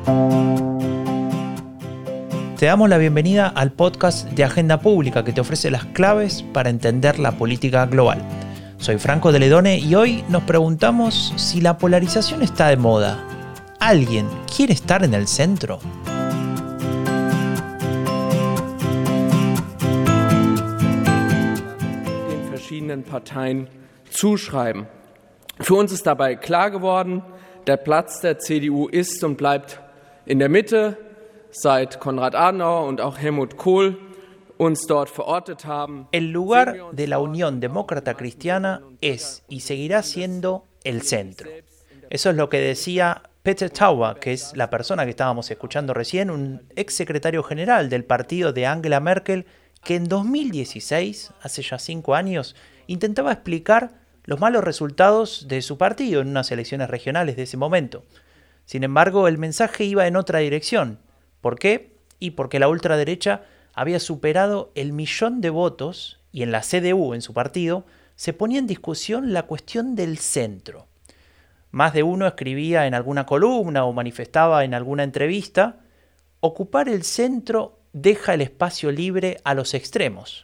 Te damos la bienvenida al podcast de Agenda Pública que te ofrece las claves para entender la política global. Soy Franco de Ledone y hoy nos preguntamos si la polarización está de moda. ¿Alguien quiere estar en el centro? Den verschiedenen Parteien zuschreiben. Für uns ist dabei klar geworden, der Platz der CDU ist und bleibt in der Mitte, seit Konrad Adenauer und auch Helmut Kohl uns dort verortet haben. El lugar de la Unión Demócrata Cristiana es y seguirá siendo el centro. Eso es lo que decía Peter Tauber, que es la persona que estábamos escuchando recién, un ex secretario general del partido de Angela Merkel, que en 2016, hace ya 5 años, intentaba explicar los malos resultados de su partido en unas elecciones regionales de ese momento. Sin embargo, el mensaje iba en otra dirección. ¿Por qué? Y porque la ultraderecha había superado el 1.000.000 de votos y en la CDU, en su partido, se ponía en discusión la cuestión del centro. Más de uno escribía en alguna columna o manifestaba en alguna entrevista: ocupar el centro deja el espacio libre a los extremos.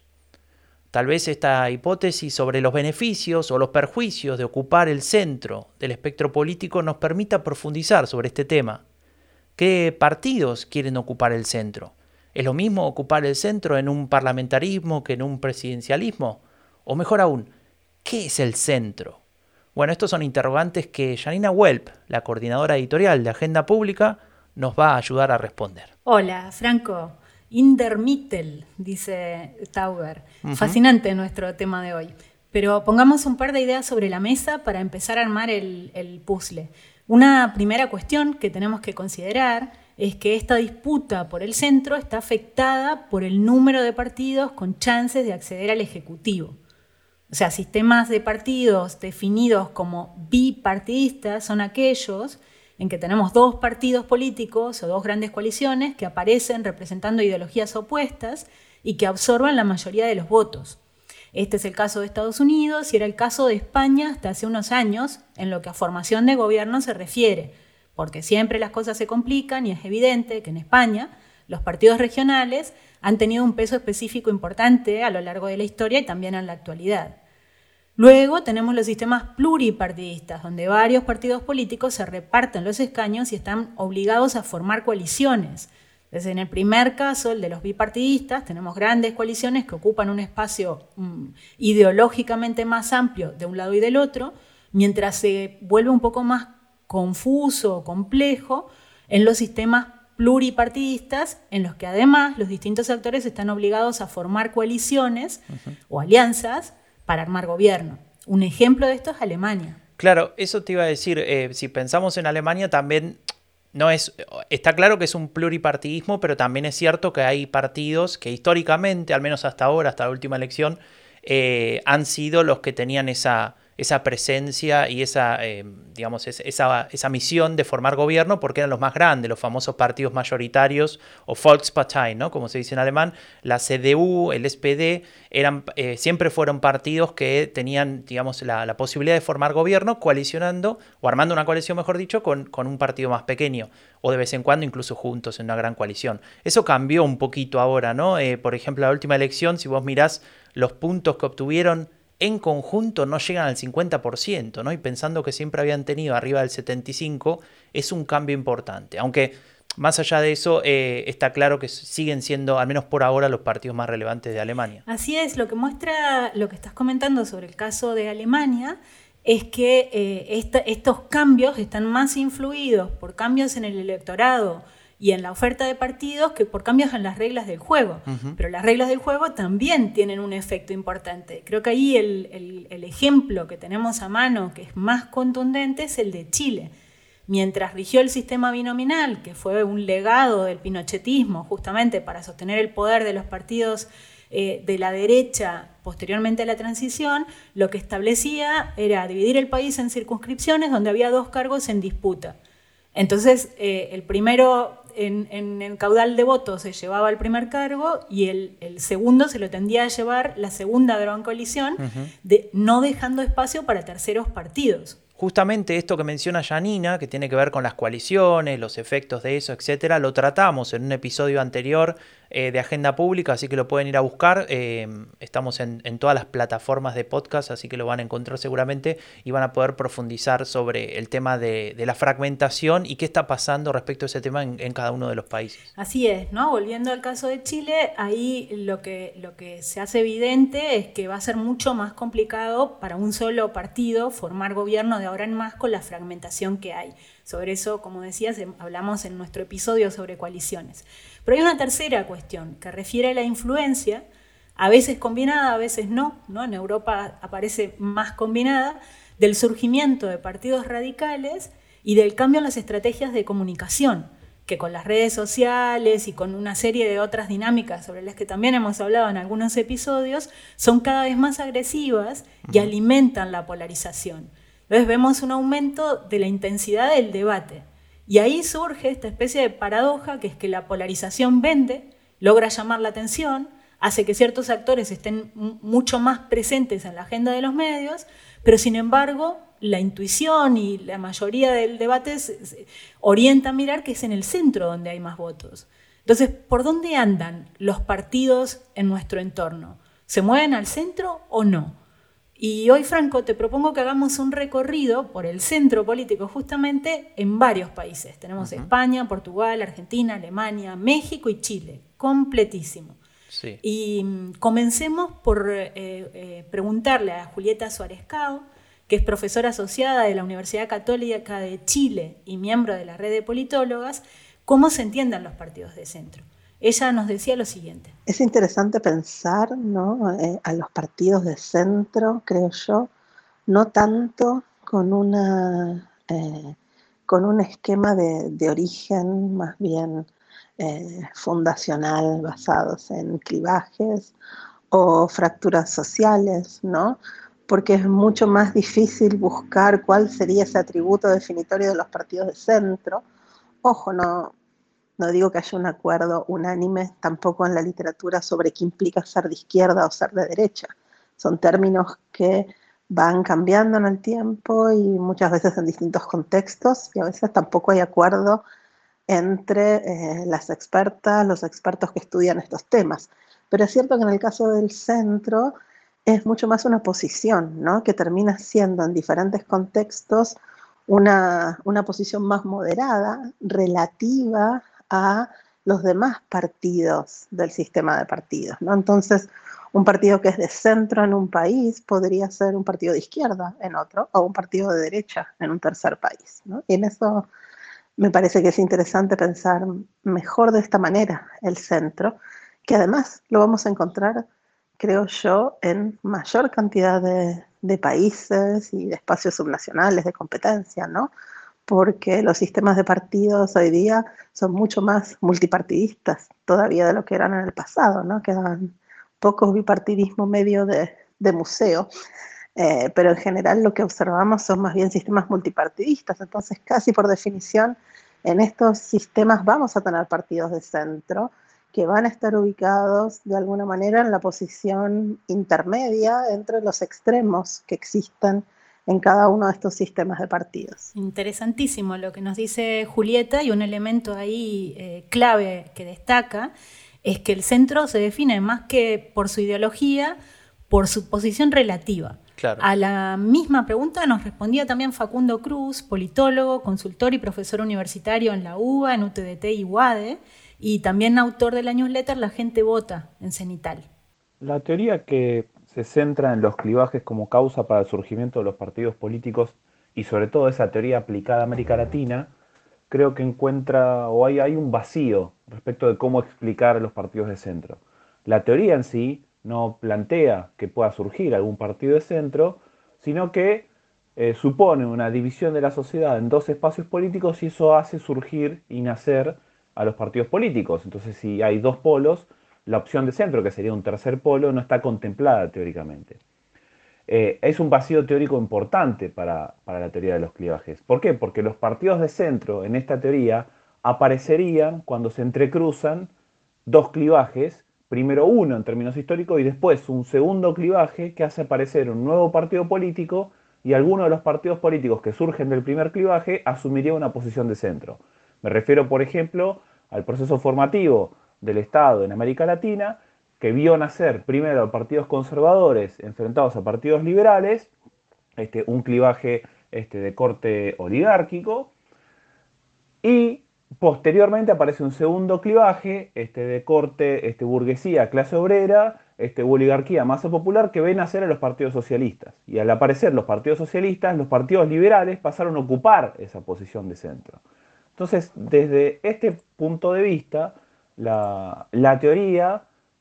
Tal vez esta hipótesis sobre los beneficios o los perjuicios de ocupar el centro del espectro político nos permita profundizar sobre este tema. ¿Qué partidos quieren ocupar el centro? ¿Es lo mismo ocupar el centro en un parlamentarismo que en un presidencialismo? O mejor aún, ¿qué es el centro? Bueno, estos son interrogantes que Janina Welp, la coordinadora editorial de Agenda Pública, nos va a ayudar a responder. Hola, Franco. In der Mitte, dice Tauber. Fascinante nuestro tema de hoy. Pero pongamos un par de ideas sobre la mesa para empezar a armar el puzzle. Una primera cuestión que tenemos que considerar es que esta disputa por el centro está afectada por el número de partidos con chances de acceder al Ejecutivo. O sea, sistemas de partidos definidos como bipartidistas son aquellos en que tenemos dos partidos políticos o dos grandes coaliciones que aparecen representando ideologías opuestas y que absorban la mayoría de los votos. Este es el caso de Estados Unidos y era el caso de España hasta hace unos años en lo que a formación de gobierno se refiere, porque siempre las cosas se complican y es evidente que en España los partidos regionales han tenido un peso específico importante a lo largo de la historia y también en la actualidad. Luego tenemos los sistemas pluripartidistas, donde varios partidos políticos se reparten los escaños y están obligados a formar coaliciones. Entonces, en el primer caso, el de los bipartidistas, tenemos grandes coaliciones que ocupan un espacio ideológicamente más amplio de un lado y del otro, mientras se vuelve un poco más confuso o complejo en los sistemas pluripartidistas, en los que además los distintos actores están obligados a formar coaliciones o alianzas para armar gobierno. Un ejemplo de esto es Alemania. Claro, eso te iba a decir. Si pensamos en Alemania también está claro que es un pluripartidismo, pero también es cierto que hay partidos que históricamente, al menos hasta ahora, hasta la última elección, han sido los que tenían esa presencia y esa misión de formar gobierno, porque eran los más grandes, los famosos partidos mayoritarios o Volkspartei, ¿no? Como se dice en alemán. La CDU, el SPD, siempre fueron partidos que tenían, digamos, la posibilidad de formar gobierno coalicionando, o armando una coalición, mejor dicho, con un partido más pequeño, o de vez en cuando incluso juntos en una gran coalición. Eso cambió un poquito ahora, ¿no? Por ejemplo, la última elección, si vos mirás los puntos que obtuvieron en conjunto, no llegan al 50%, ¿no? Y pensando que siempre habían tenido arriba del 75%, es un cambio importante. Aunque más allá de eso, está claro que siguen siendo, al menos por ahora, los partidos más relevantes de Alemania. Así es, lo que muestra lo que estás comentando sobre el caso de Alemania es que estos cambios están más influidos por cambios en el electorado y en la oferta de partidos que por cambios en las reglas del juego. Pero las reglas del juego también tienen un efecto importante. Creo que ahí el ejemplo que tenemos a mano, que es más contundente, es el de Chile. Mientras rigió el sistema binominal, que fue un legado del pinochetismo justamente para sostener el poder de los partidos de la derecha posteriormente a la transición, lo que establecía era dividir el país en circunscripciones donde había dos cargos en disputa. Entonces, el primero en el caudal de votos se llevaba el primer cargo y el segundo se lo tendía a llevar la segunda gran coalición, no dejando espacio para terceros partidos. Justamente esto que menciona Janina, que tiene que ver con las coaliciones, los efectos de eso, etcétera, lo tratamos en un episodio anterior de Agenda Pública, así que lo pueden ir a buscar. Estamos en todas las plataformas de podcast, así que lo van a encontrar seguramente y van a poder profundizar sobre el tema de la fragmentación y qué está pasando respecto a ese tema en cada uno de los países. Así es, ¿no? Volviendo al caso de Chile, ahí lo que se hace evidente es que va a ser mucho más complicado para un solo partido formar gobierno de ahora en más con la fragmentación que hay. Sobre eso, como decías, hablamos en nuestro episodio sobre coaliciones. Pero hay una tercera cuestión que refiere a la influencia, a veces combinada, a veces no, ¿no? En Europa aparece más combinada, del surgimiento de partidos radicales y del cambio en las estrategias de comunicación, que con las redes sociales y con una serie de otras dinámicas sobre las que también hemos hablado en algunos episodios, son cada vez más agresivas y alimentan la polarización. Entonces vemos un aumento de la intensidad del debate. Y ahí surge esta especie de paradoja, que es que la polarización vende, logra llamar la atención, hace que ciertos actores estén mucho más presentes en la agenda de los medios, pero sin embargo la intuición y la mayoría del debate se orienta a mirar que es en el centro donde hay más votos. Entonces, ¿por dónde andan los partidos en nuestro entorno? ¿Se mueven al centro o no? Y hoy, Franco, te propongo que hagamos un recorrido por el centro político justamente en varios países. Tenemos España, Portugal, Argentina, Alemania, México y Chile. Completísimo. Sí. Y comencemos por preguntarle a Julieta Suárez Cao, que es profesora asociada de la Universidad Católica de Chile y miembro de la red de politólogas, cómo se entienden los partidos de centro. Ella nos decía lo siguiente. Es interesante pensar, ¿no? A los partidos de centro, creo yo, no tanto con un esquema de origen más bien fundacional, basados en clivajes o fracturas sociales, ¿no? Porque es mucho más difícil buscar cuál sería ese atributo definitorio de los partidos de centro. Ojo, no digo que haya un acuerdo unánime tampoco en la literatura sobre qué implica ser de izquierda o ser de derecha. Son términos que van cambiando en el tiempo y muchas veces en distintos contextos, y a veces tampoco hay acuerdo entre las expertas, los expertos que estudian estos temas. Pero es cierto que en el caso del centro es mucho más una posición, ¿no? Que termina siendo en diferentes contextos una posición más moderada, relativa a los demás partidos del sistema de partidos, ¿no? Entonces, un partido que es de centro en un país podría ser un partido de izquierda en otro, o un partido de derecha en un tercer país, ¿no? Y en eso me parece que es interesante pensar mejor de esta manera el centro, que además lo vamos a encontrar, creo yo, en mayor cantidad de países y de espacios subnacionales de competencia, ¿no? Porque los sistemas de partidos hoy día son mucho más multipartidistas todavía de lo que eran en el pasado, ¿no? Quedan pocos bipartidismo medio de museo, pero en general lo que observamos son más bien sistemas multipartidistas, entonces casi por definición en estos sistemas vamos a tener partidos de centro que van a estar ubicados de alguna manera en la posición intermedia entre los extremos que existen en cada uno de estos sistemas de partidos. Interesantísimo lo que nos dice Julieta, y un elemento ahí clave que destaca es que el centro se define más que por su ideología, por su posición relativa. Claro. A la misma pregunta nos respondía también Facundo Cruz, politólogo, consultor y profesor universitario en la UBA, en UTDT y UADE, y también autor de la newsletter La Gente Vota en Cenital. La teoría que se centra en los clivajes como causa para el surgimiento de los partidos políticos y sobre todo esa teoría aplicada a América Latina, creo que encuentra o hay un vacío respecto de cómo explicar los partidos de centro. La teoría en sí no plantea que pueda surgir algún partido de centro, sino que supone una división de la sociedad en dos espacios políticos y eso hace surgir y nacer a los partidos políticos. Entonces, si hay dos polos, la opción de centro, que sería un tercer polo, no está contemplada teóricamente. Es un vacío teórico importante para la teoría de los clivajes. ¿Por qué? Porque los partidos de centro en esta teoría aparecerían cuando se entrecruzan dos clivajes, primero uno en términos históricos y después un segundo clivaje que hace aparecer un nuevo partido político y alguno de los partidos políticos que surgen del primer clivaje asumiría una posición de centro. Me refiero, por ejemplo, al proceso formativo del Estado en América Latina, que vio nacer primero a partidos conservadores enfrentados a partidos liberales, un clivaje de corte oligárquico, y posteriormente aparece un segundo clivaje de corte burguesía, clase obrera, oligarquía, masa popular, que ven nacer a los partidos socialistas. Y al aparecer los partidos socialistas, los partidos liberales pasaron a ocupar esa posición de centro. Entonces, desde este punto de vista, la teoría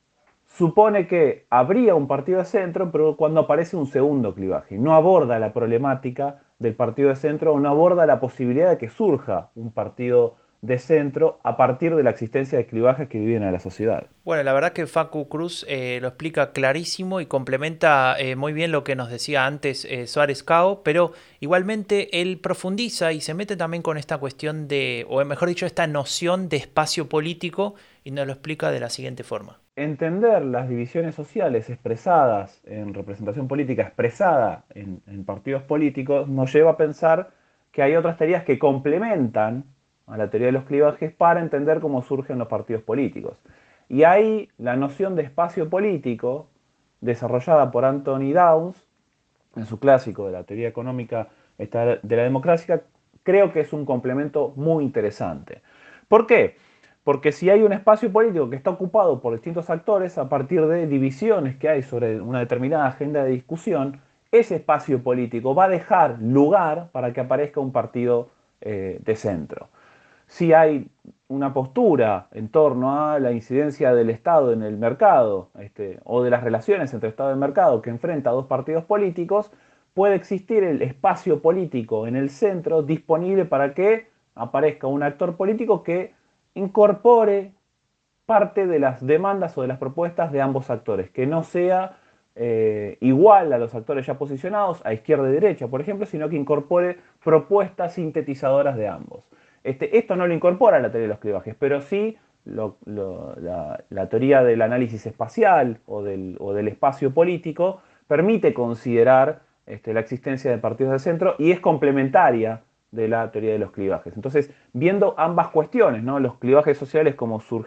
supone que habría un partido de centro, pero cuando aparece un segundo clivaje. No aborda la problemática del partido de centro o no aborda la posibilidad de que surja un partido de centro a partir de la existencia de clivajes que viven en la sociedad. Bueno, la verdad que Facu Cruz lo explica clarísimo y complementa muy bien lo que nos decía antes Suárez Cao, pero igualmente él profundiza y se mete también con esta cuestión de, o mejor dicho, esta noción de espacio político, y nos lo explica de la siguiente forma. Entender las divisiones sociales expresadas en representación política, expresada en partidos políticos, nos lleva a pensar que hay otras teorías que complementan a la teoría de los clivajes para entender cómo surgen los partidos políticos. Y ahí la noción de espacio político, desarrollada por Anthony Downs, en su clásico de la teoría económica de la democracia, creo que es un complemento muy interesante. ¿Por qué? Porque si hay un espacio político que está ocupado por distintos actores a partir de divisiones que hay sobre una determinada agenda de discusión, ese espacio político va a dejar lugar para que aparezca un partido de centro. Si hay una postura en torno a la incidencia del Estado en el mercado o de las relaciones entre Estado y mercado que enfrenta a dos partidos políticos, puede existir el espacio político en el centro disponible para que aparezca un actor político que incorpore parte de las demandas o de las propuestas de ambos actores, que no sea igual a los actores ya posicionados, a izquierda y derecha, por ejemplo, sino que incorpore propuestas sintetizadoras de ambos. Esto no lo incorpora la teoría de los clivajes, pero sí la teoría del análisis espacial o del espacio político permite considerar la existencia de partidos de centro y es complementaria de la teoría de los clivajes. Entonces, viendo ambas cuestiones, ¿no? Los clivajes sociales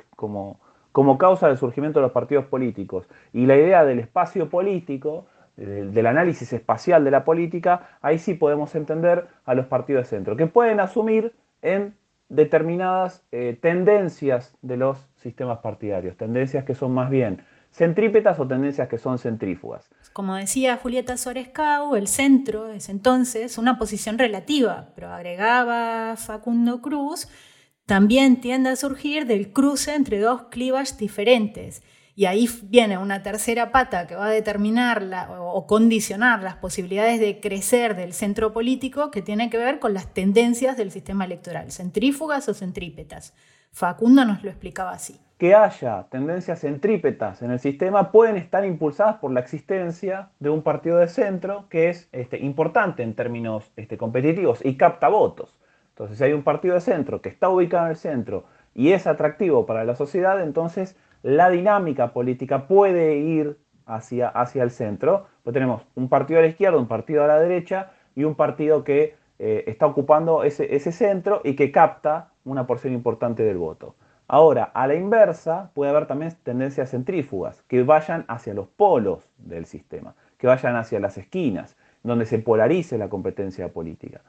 como causa del surgimiento de los partidos políticos y la idea del espacio político, del análisis espacial de la política, ahí sí podemos entender a los partidos de centro, que pueden asumir en determinadas tendencias de los sistemas partidarios, tendencias que son más bien centrípetas o tendencias que son centrífugas. Como decía Julieta Suárez Cao, el centro es entonces una posición relativa, pero agregaba Facundo Cruz, también tiende a surgir del cruce entre dos clivajes diferentes. Y ahí viene una tercera pata que va a determinar o condicionar las posibilidades de crecer del centro político, que tiene que ver con las tendencias del sistema electoral, centrífugas o centrípetas. Facundo nos lo explicaba así. Que haya tendencias centrípetas en el sistema pueden estar impulsadas por la existencia de un partido de centro que es importante en términos competitivos y capta votos. Entonces, si hay un partido de centro que está ubicado en el centro y es atractivo para la sociedad, entonces la dinámica política puede ir hacia el centro. Pues tenemos un partido a la izquierda, un partido a la derecha y un partido que está ocupando ese centro y que capta una porción importante del voto. Ahora, a la inversa, puede haber también tendencias centrífugas que vayan hacia los polos del sistema, que vayan hacia las esquinas, donde se polarice la competencia política.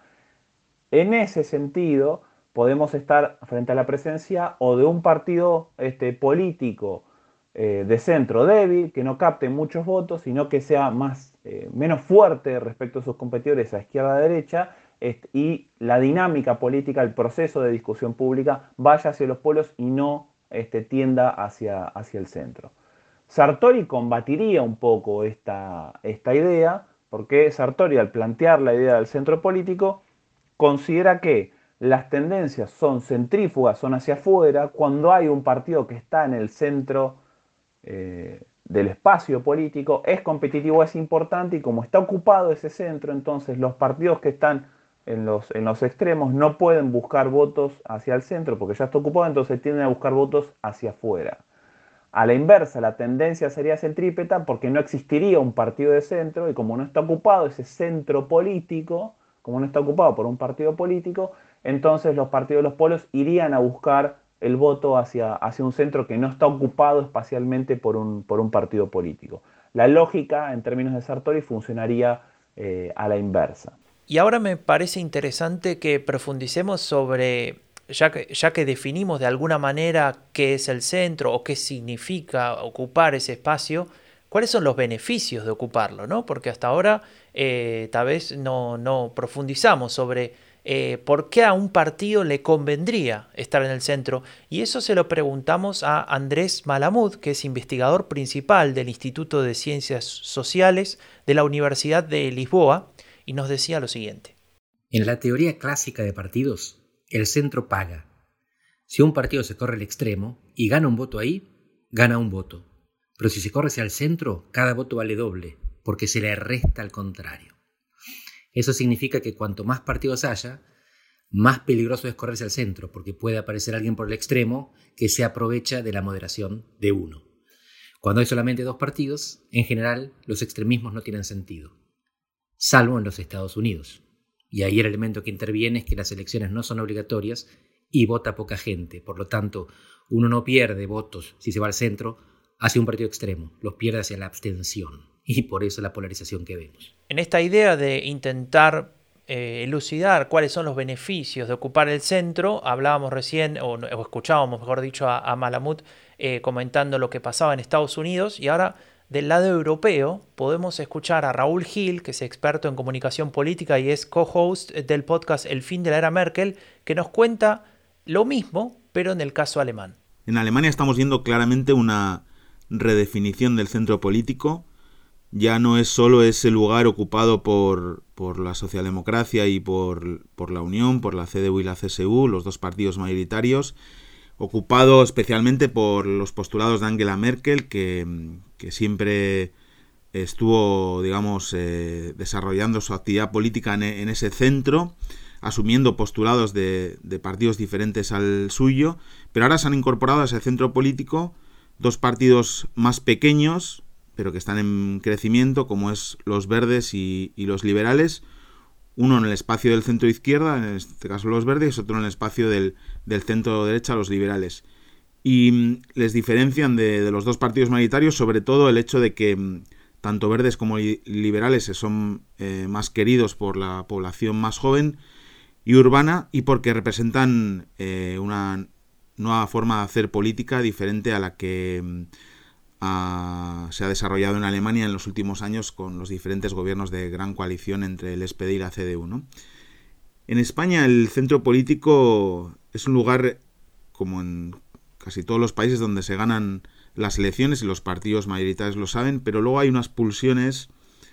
En ese sentido, podemos estar frente a la presencia o de un partido político de centro débil, que no capte muchos votos, sino que sea menos fuerte respecto a sus competidores a izquierda-derecha, y la dinámica política, el proceso de discusión pública vaya hacia los polos y no tienda hacia el centro. Sartori combatiría un poco esta idea, porque Sartori, al plantear la idea del centro político, considera que las tendencias son centrífugas, son hacia afuera, cuando hay un partido que está en el centro del espacio político, es competitivo, es importante, y como está ocupado ese centro, entonces los partidos que están en los extremos no pueden buscar votos hacia el centro porque ya está ocupado, entonces tienden a buscar votos hacia afuera. A la inversa, la tendencia sería centrípeta porque no existiría un partido de centro y como no está ocupado ese centro político, como no está ocupado por un partido político, entonces los partidos de los polos irían a buscar el voto hacia un centro que no está ocupado espacialmente por un partido político. La lógica, en términos de Sartori, funcionaría a la inversa. Y ahora me parece interesante que profundicemos sobre, ya que definimos de alguna manera qué es el centro o qué significa ocupar ese espacio, cuáles son los beneficios de ocuparlo, ¿no? Porque hasta ahora tal vez no profundizamos sobre por qué a un partido le convendría estar en el centro. Y eso se lo preguntamos a Andrés Malamud, que es investigador principal del Instituto de Ciencias Sociales de la Universidad de Lisboa, y nos decía lo siguiente. En la teoría clásica de partidos, el centro paga. Si un partido se corre al extremo y gana un voto ahí, gana un voto. Pero si se corre hacia el centro, cada voto vale doble, porque se le resta al contrario. Eso significa que cuanto más partidos haya, más peligroso es correrse al centro, porque puede aparecer alguien por el extremo que se aprovecha de la moderación de uno. Cuando hay solamente 2 partidos, en general, los extremismos no tienen sentido, salvo en los Estados Unidos. Y ahí el elemento que interviene es que las elecciones no son obligatorias y vota poca gente. Por lo tanto, uno no pierde votos si se va al centro hacia un partido extremo, los pierde hacia la abstención. Y por eso la polarización que vemos. En esta idea de intentar elucidar cuáles son los beneficios de ocupar el centro, hablábamos recién, o escuchábamos, mejor dicho, a Malamud comentando lo que pasaba en Estados Unidos, y ahora del lado europeo podemos escuchar a Raúl Gil, que es experto en comunicación política y es co-host del podcast El fin de la era Merkel, que nos cuenta lo mismo, pero en el caso alemán. En Alemania estamos viendo claramente una redefinición del centro político. Ya no es solo ese lugar ocupado por la socialdemocracia y por la Unión, por la CDU y la CSU, los 2 partidos mayoritarios, ocupado especialmente por los postulados de Angela Merkel, que siempre estuvo, digamos, desarrollando su actividad política en ese centro, asumiendo postulados de partidos diferentes al suyo, pero ahora se han incorporado a ese centro político 2 partidos más pequeños, pero que están en crecimiento, como es los verdes y los liberales, uno en el espacio del centro izquierda, en este caso los verdes, otro en el espacio del centro derecha, los liberales. Y les diferencian de los 2 partidos mayoritarios, sobre todo el hecho de que tanto verdes como liberales son más queridos por la población más joven y urbana, y porque representan una nueva forma de hacer política diferente a la que se ha desarrollado en Alemania en los últimos años con los diferentes gobiernos de gran coalición entre el SPD y la CDU, ¿no? En España el centro político es un lugar, como en casi todos los países, donde se ganan las elecciones y los partidos mayoritarios lo saben, pero luego hay unas pulsiones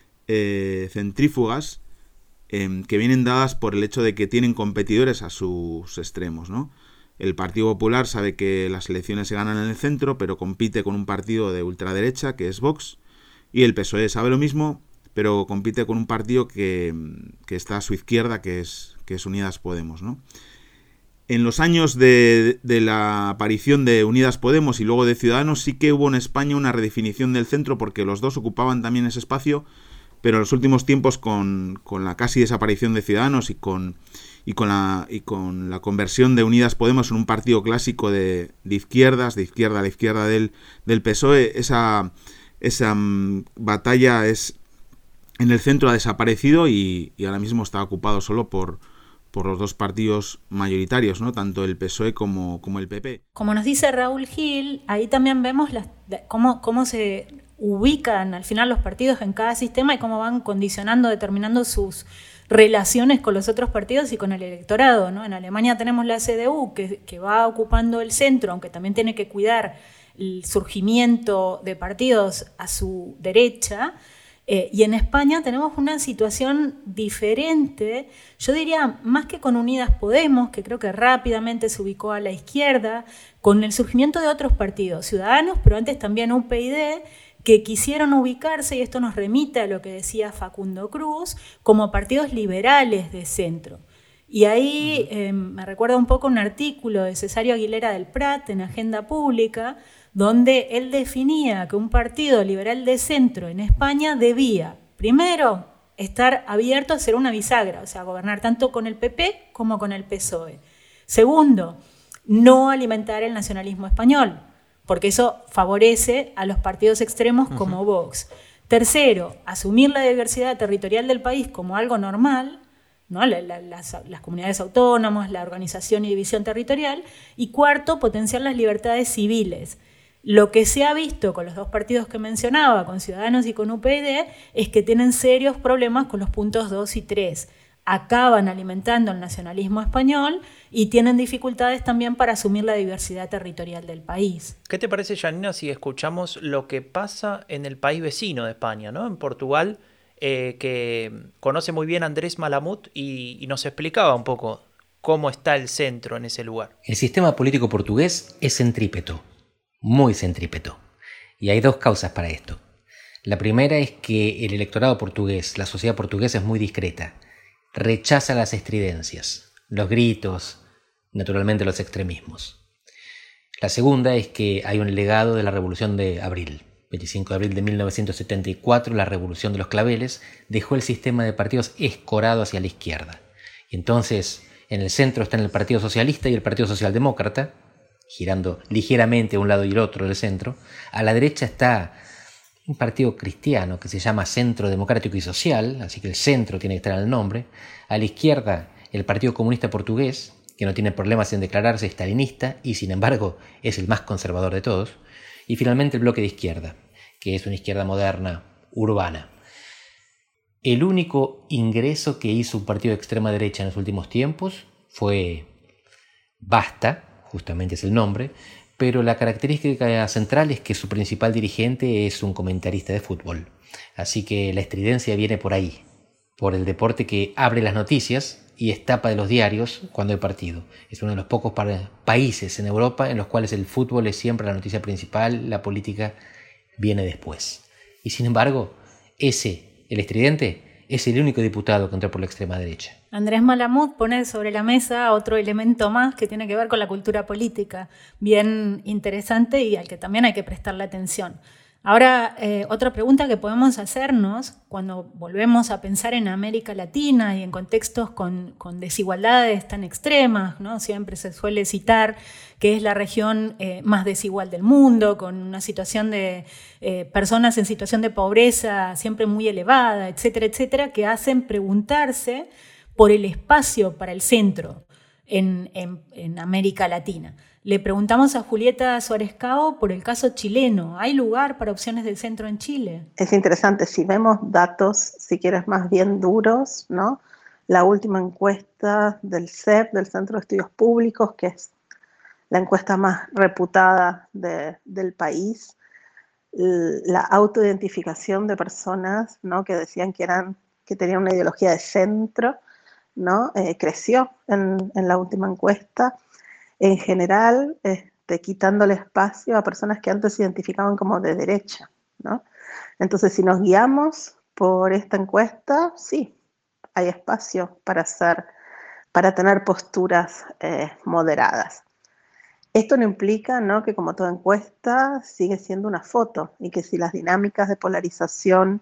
centrífugas que vienen dadas por el hecho de que tienen competidores a sus extremos, ¿no? El Partido Popular sabe que las elecciones se ganan en el centro, pero compite con un partido de ultraderecha, que es Vox, y el PSOE sabe lo mismo, pero compite con un partido que está a su izquierda, que es Unidas Podemos, ¿no? En los años de la aparición de Unidas Podemos y luego de Ciudadanos, sí que hubo en España una redefinición del centro, porque los 2 ocupaban también ese espacio, pero en los últimos tiempos, con la casi desaparición de Ciudadanos y con la conversión de Unidas Podemos en un partido clásico de izquierdas, de izquierda a la izquierda del PSOE, esa batalla en el centro ha desaparecido y ahora mismo está ocupado solo por los 2 partidos mayoritarios, ¿no? Tanto el PSOE como el PP. Como nos dice Raúl Gil, ahí también vemos cómo se ubican al final los partidos en cada sistema y cómo van condicionando, determinando sus relaciones con los otros partidos y con el electorado, ¿no? En Alemania tenemos la CDU que va ocupando el centro, aunque también tiene que cuidar el surgimiento de partidos a su derecha, y en España tenemos una situación diferente, yo diría más que con Unidas Podemos, que creo que rápidamente se ubicó a la izquierda, con el surgimiento de otros partidos, Ciudadanos, pero antes también UPyD, que quisieron ubicarse, y esto nos remite a lo que decía Facundo Cruz, como partidos liberales de centro. Y ahí me recuerda un poco un artículo de Cesario Aguilera del Prat en Agenda Pública, donde él definía que un partido liberal de centro en España debía, primero, estar abierto a ser una bisagra, o sea, gobernar tanto con el PP como con el PSOE. Segundo, no alimentar el nacionalismo español, porque eso favorece a los partidos extremos como Vox. Tercero, asumir la diversidad territorial del país como algo normal, ¿no? Las comunidades autónomas, la organización y división territorial. Y cuarto, potenciar las libertades civiles. Lo que se ha visto con los dos partidos que mencionaba, con Ciudadanos y con UPyD, es que tienen serios problemas con los puntos 2 y 3. Acaban alimentando el nacionalismo español y tienen dificultades también para asumir la diversidad territorial del país. ¿Qué te parece, Janina, si escuchamos lo que pasa en el país vecino de España, ¿no? En Portugal, que conoce muy bien Andrés Malamud y nos explicaba un poco cómo está el centro en ese lugar? El sistema político portugués es centrípeto, muy centrípeto. Y hay dos causas para esto. La primera es que el electorado portugués, la sociedad portuguesa es muy discreta. Rechaza las estridencias, los gritos, naturalmente los extremismos. La segunda es que hay un legado de la Revolución de Abril. 25 de abril de 1974, la Revolución de los Claveles dejó el sistema de partidos escorado hacia la izquierda. Y entonces, en el centro están el Partido Socialista y el Partido Socialdemócrata, girando ligeramente a un lado y el otro del centro. A la derecha está un partido cristiano que se llama Centro Democrático y Social, así que el centro tiene que estar en el nombre. A la izquierda, el Partido Comunista Portugués, que no tiene problemas en declararse estalinista y sin embargo es el más conservador de todos. Y finalmente el bloque de izquierda, que es una izquierda moderna, urbana. El único ingreso que hizo un partido de extrema derecha en los últimos tiempos fue Basta, justamente es el nombre, pero la característica central es que su principal dirigente es un comentarista de fútbol. Así que la estridencia viene por ahí, por el deporte que abre las noticias y es tapa de los diarios cuando hay partido. Es uno de los pocos países en Europa en los cuales el fútbol es siempre la noticia principal, la política viene después. Y sin embargo, el estridente, es el único diputado que entró por la extrema derecha. Andrés Malamud pone sobre la mesa otro elemento más que tiene que ver con la cultura política, bien interesante y al que también hay que prestarle atención. Ahora, otra pregunta que podemos hacernos cuando volvemos a pensar en América Latina y en contextos con desigualdades tan extremas, ¿no? Siempre se suele citar que es la región más desigual del mundo, con una situación de personas en situación de pobreza siempre muy elevada, etcétera, etcétera, que hacen preguntarse por el espacio para el centro en América Latina. Le preguntamos a Julieta Suárez Cao por el caso chileno. ¿Hay lugar para opciones del centro en Chile? Es interesante, si vemos datos, si quieres, más bien duros, ¿no? La última encuesta del CEP, del Centro de Estudios Públicos, que es la encuesta más reputada del país, la autoidentificación de personas, ¿no? Que decían que tenían una ideología de centro, ¿no? Creció en la última encuesta. En general, quitándole espacio a personas que antes se identificaban como de derecha, ¿no? Entonces, si nos guiamos por esta encuesta, sí, hay espacio para tener posturas moderadas. Esto no implica, ¿no?, que como toda encuesta sigue siendo una foto y que si las dinámicas de polarización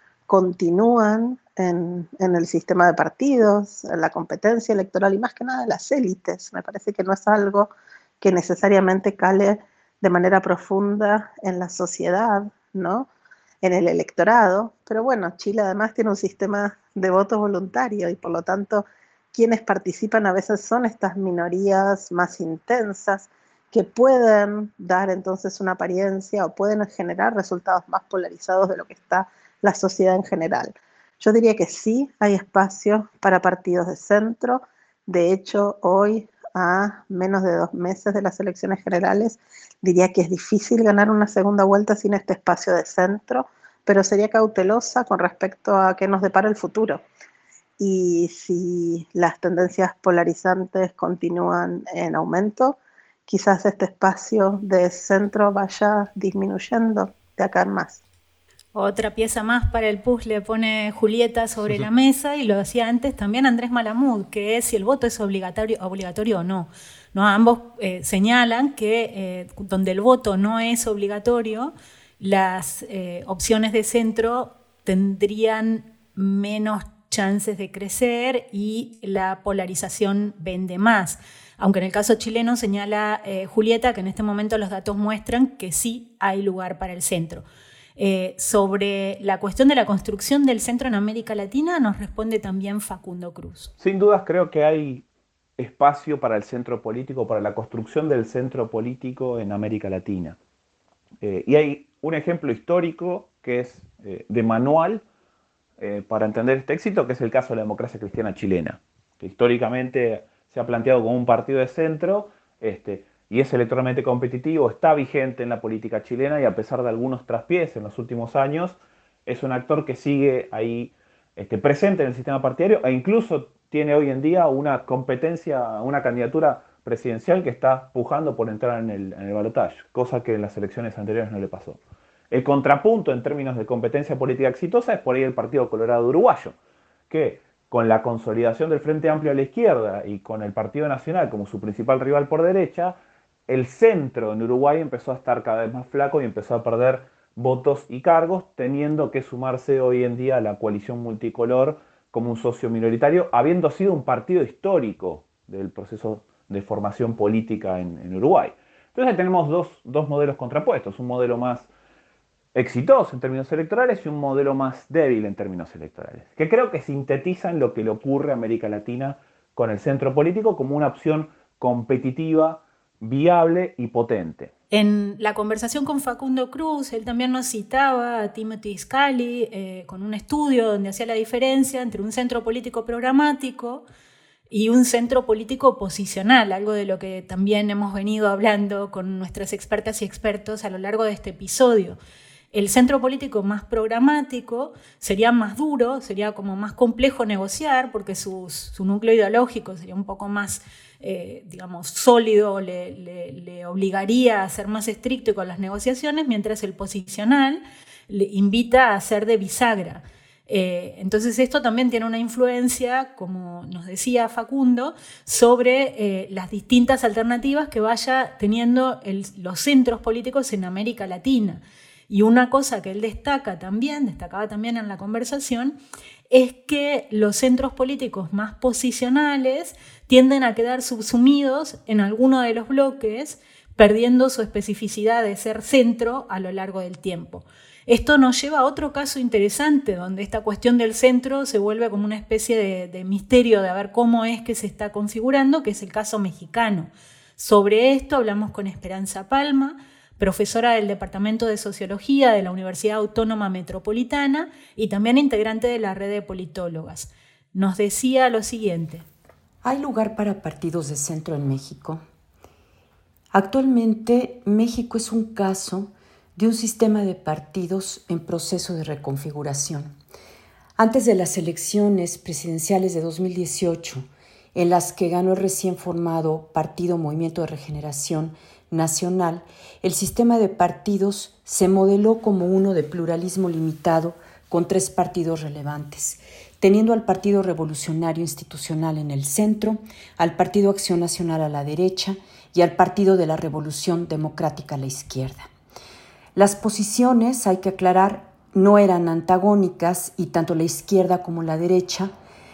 continúan en el sistema de partidos, en la competencia electoral y más que nada en las élites. Me parece que no es algo que necesariamente cale de manera profunda en la sociedad, ¿no?, en el electorado. Pero bueno, Chile además tiene un sistema de voto voluntario y por lo tanto quienes participan a veces son estas minorías más intensas que pueden dar entonces una apariencia o pueden generar resultados más polarizados de lo que está la sociedad en general. Yo diría que sí hay espacio para partidos de centro. De hecho, hoy, a menos de 2 meses de las elecciones generales, diría que es difícil ganar una segunda vuelta sin este espacio de centro, pero sería cautelosa con respecto a qué nos depara el futuro. Y si las tendencias polarizantes continúan en aumento, quizás este espacio de centro vaya disminuyendo de acá en más. Otra pieza más para el puzzle pone Julieta sobre la mesa, y lo decía antes también Andrés Malamud, que es si el voto es obligatorio o no. Ambos señalan que donde el voto no es obligatorio, las opciones de centro tendrían menos chances de crecer y la polarización vende más. Aunque en el caso chileno señala Julieta que en este momento los datos muestran que sí hay lugar para el centro. Sobre la cuestión de la construcción del centro en América Latina nos responde también Facundo Cruz. Sin dudas creo que hay espacio para el centro político, para la construcción del centro político en América Latina. Y hay un ejemplo histórico que es de manual para entender este éxito, que es el caso de la democracia cristiana chilena, que históricamente se ha planteado como un partido de centro, y es electoralmente competitivo, está vigente en la política chilena y a pesar de algunos traspiés en los últimos años, es un actor que sigue ahí presente en el sistema partidario e incluso tiene hoy en día una competencia, una candidatura presidencial que está pujando por entrar en el balotaje, cosa que en las elecciones anteriores no le pasó. El contrapunto en términos de competencia política exitosa es por ahí el Partido Colorado Uruguayo, que con la consolidación del Frente Amplio a la izquierda y con el Partido Nacional como su principal rival por derecha, el centro en Uruguay empezó a estar cada vez más flaco y empezó a perder votos y cargos, teniendo que sumarse hoy en día a la coalición multicolor como un socio minoritario, habiendo sido un partido histórico del proceso de formación política en Uruguay. Entonces tenemos dos modelos contrapuestos, un modelo más exitoso en términos electorales y un modelo más débil en términos electorales, que creo que sintetizan lo que le ocurre a América Latina con el centro político como una opción competitiva, viable y potente. En la conversación con Facundo Cruz, él también nos citaba a Timothy Scully con un estudio donde hacía la diferencia entre un centro político programático y un centro político posicional, algo de lo que también hemos venido hablando con nuestras expertas y expertos a lo largo de este episodio. El centro político más programático sería más duro, sería como más complejo negociar, porque su núcleo ideológico sería un poco más sólido, le obligaría a ser más estricto con las negociaciones, mientras el posicional le invita a ser de bisagra. Entonces esto también tiene una influencia, como nos decía Facundo, sobre las distintas alternativas que vaya teniendo los centros políticos en América Latina. Y una cosa que él destacaba también en la conversación, es que los centros políticos más posicionales tienden a quedar subsumidos en alguno de los bloques, perdiendo su especificidad de ser centro a lo largo del tiempo. Esto nos lleva a otro caso interesante, donde esta cuestión del centro se vuelve como una especie de misterio de a ver cómo es que se está configurando, que es el caso mexicano. Sobre esto hablamos con Esperanza Palma, profesora del Departamento de Sociología de la Universidad Autónoma Metropolitana y también integrante de la red de politólogas. Nos decía lo siguiente. ¿Hay lugar para partidos de centro en México? Actualmente, México es un caso de un sistema de partidos en proceso de reconfiguración. Antes de las elecciones presidenciales de 2018, en las que ganó el recién formado Partido Movimiento de Regeneración Nacional, el sistema de partidos se modeló como uno de pluralismo limitado con 3 partidos relevantes, teniendo al Partido Revolucionario Institucional en el centro, al Partido Acción Nacional a la derecha y al Partido de la Revolución Democrática a la izquierda. Las posiciones, hay que aclarar, no eran antagónicas y tanto la izquierda como la derecha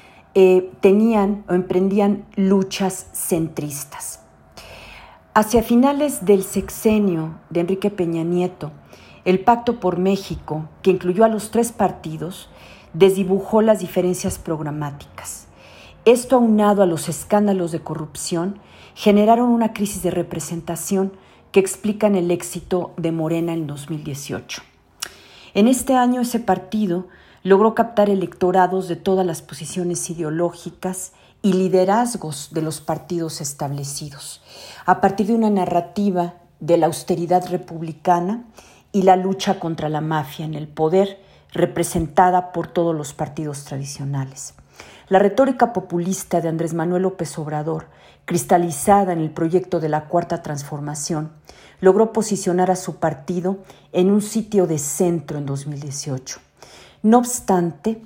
tenían o emprendían luchas centristas. Hacia finales del sexenio de Enrique Peña Nieto, el Pacto por México, que incluyó a los 3 partidos, desdibujó las diferencias programáticas. Esto, aunado a los escándalos de corrupción, generaron una crisis de representación que explican el éxito de Morena en 2018. En este año ese partido logró captar electorados de todas las posiciones ideológicas y liderazgos de los partidos establecidos, a partir de una narrativa de la austeridad republicana y la lucha contra la mafia en el poder, representada por todos los partidos tradicionales. La retórica populista de Andrés Manuel López Obrador, cristalizada en el proyecto de la Cuarta Transformación, logró posicionar a su partido en un sitio de centro en 2018. No obstante,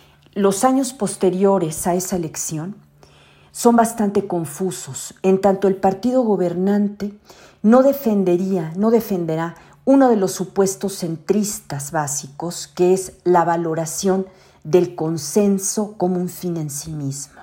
los años posteriores a esa elección son bastante confusos, en tanto el partido gobernante no defenderá uno de los supuestos centristas básicos, que es la valoración del consenso como un fin en sí mismo.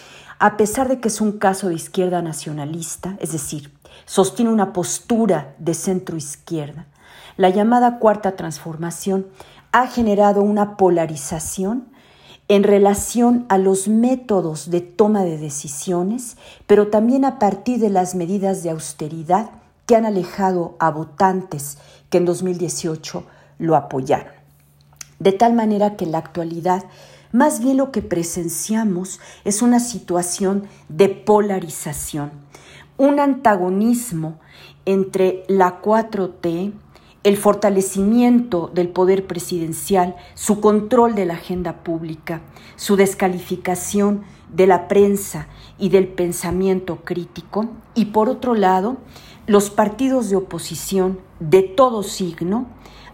A pesar de que es un caso de izquierda nacionalista, es decir, sostiene una postura de centro-izquierda, la llamada Cuarta Transformación ha generado una polarización en relación a los métodos de toma de decisiones, pero también a partir de las medidas de austeridad que han alejado a votantes que en 2018 lo apoyaron. De tal manera que en la actualidad, más bien lo que presenciamos es una situación de polarización, un antagonismo entre la 4T, el fortalecimiento del poder presidencial, su control de la agenda pública, su descalificación de la prensa y del pensamiento crítico, y por otro lado, los partidos de oposición de todo signo,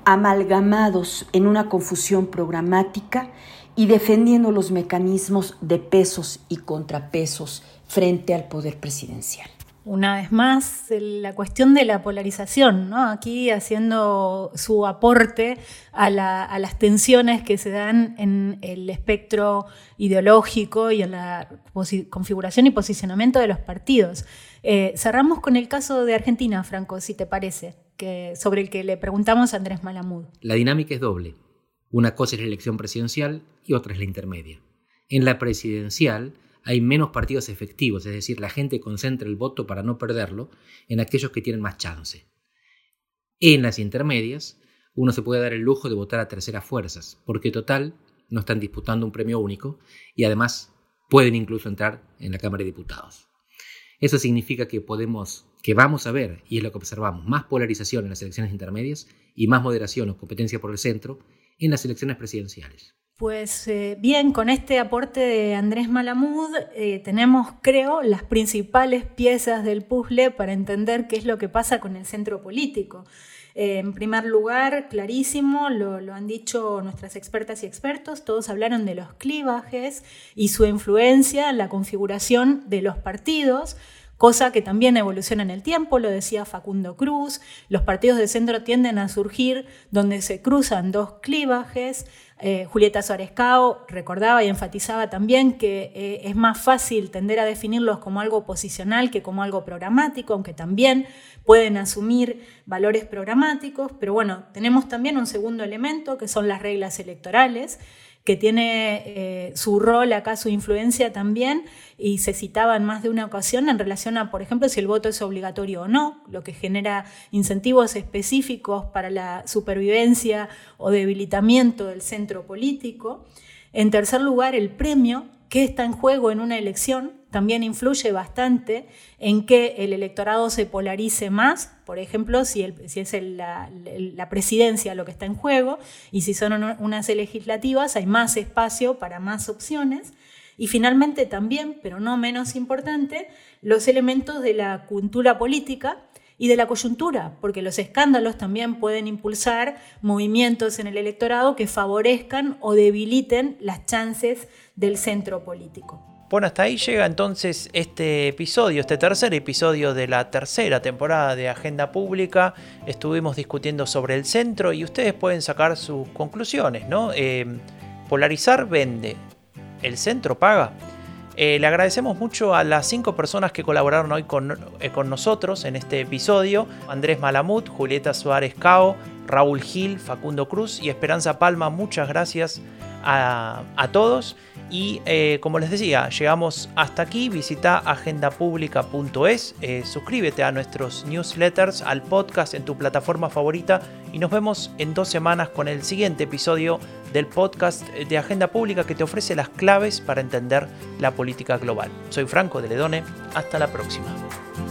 amalgamados en una confusión programática y defendiendo los mecanismos de pesos y contrapesos frente al poder presidencial. Una vez más, la cuestión de la polarización, ¿no? Aquí haciendo su aporte a las tensiones que se dan en el espectro ideológico y en la configuración y posicionamiento de los partidos. Cerramos con el caso de Argentina, Franco, si te parece, sobre el que le preguntamos a Andrés Malamud. La dinámica es doble. Una cosa es la elección presidencial y otra es la intermedia. En la presidencial hay menos partidos efectivos, es decir, la gente concentra el voto para no perderlo en aquellos que tienen más chance. En las intermedias, uno se puede dar el lujo de votar a terceras fuerzas, porque total no están disputando un premio único y además pueden incluso entrar en la Cámara de Diputados. Eso significa que vamos a ver, y es lo que observamos, más polarización en las elecciones intermedias y más moderación o competencia por el centro en las elecciones presidenciales. Pues bien, con este aporte de Andrés Malamud tenemos, creo, las principales piezas del puzzle para entender qué es lo que pasa con el centro político. En primer lugar, clarísimo, lo han dicho nuestras expertas y expertos, todos hablaron de los clivajes y su influencia en la configuración de los partidos, cosa que también evoluciona en el tiempo, lo decía Facundo Cruz. Los partidos de centro tienden a surgir donde se cruzan dos clivajes. Julieta Suárez Cao recordaba y enfatizaba también que es más fácil tender a definirlos como algo posicional que como algo programático, aunque también pueden asumir valores programáticos. Pero bueno, tenemos también un segundo elemento que son las reglas electorales, que tiene su rol acá, su influencia también, y se citaba en más de una ocasión en relación a, por ejemplo, si el voto es obligatorio o no, lo que genera incentivos específicos para la supervivencia o debilitamiento del centro político. En tercer lugar, el premio, que está en juego en una elección, también influye bastante en que el electorado se polarice más, por ejemplo, si es la presidencia lo que está en juego, y si son unas legislativas hay más espacio para más opciones. Y finalmente también, pero no menos importante, los elementos de la cultura política y de la coyuntura, porque los escándalos también pueden impulsar movimientos en el electorado que favorezcan o debiliten las chances del centro político. Bueno, hasta ahí llega entonces este tercer episodio de la tercera temporada de Agenda Pública. Estuvimos discutiendo sobre el centro y ustedes pueden sacar sus conclusiones, ¿no? Polarizar vende, el centro paga. Le agradecemos mucho a las 5 personas que colaboraron hoy con nosotros en este episodio: Andrés Malamud, Julieta Suárez Cao, Raúl Gil, Facundo Cruz y Esperanza Palma. Muchas gracias a todos. Y como les decía, llegamos hasta aquí. Visita agendapublica.es, suscríbete a nuestros newsletters, al podcast en tu plataforma favorita y nos vemos en 2 semanas con el siguiente episodio del podcast de Agenda Pública que te ofrece las claves para entender la política global. Soy Franco de Ledone, hasta la próxima.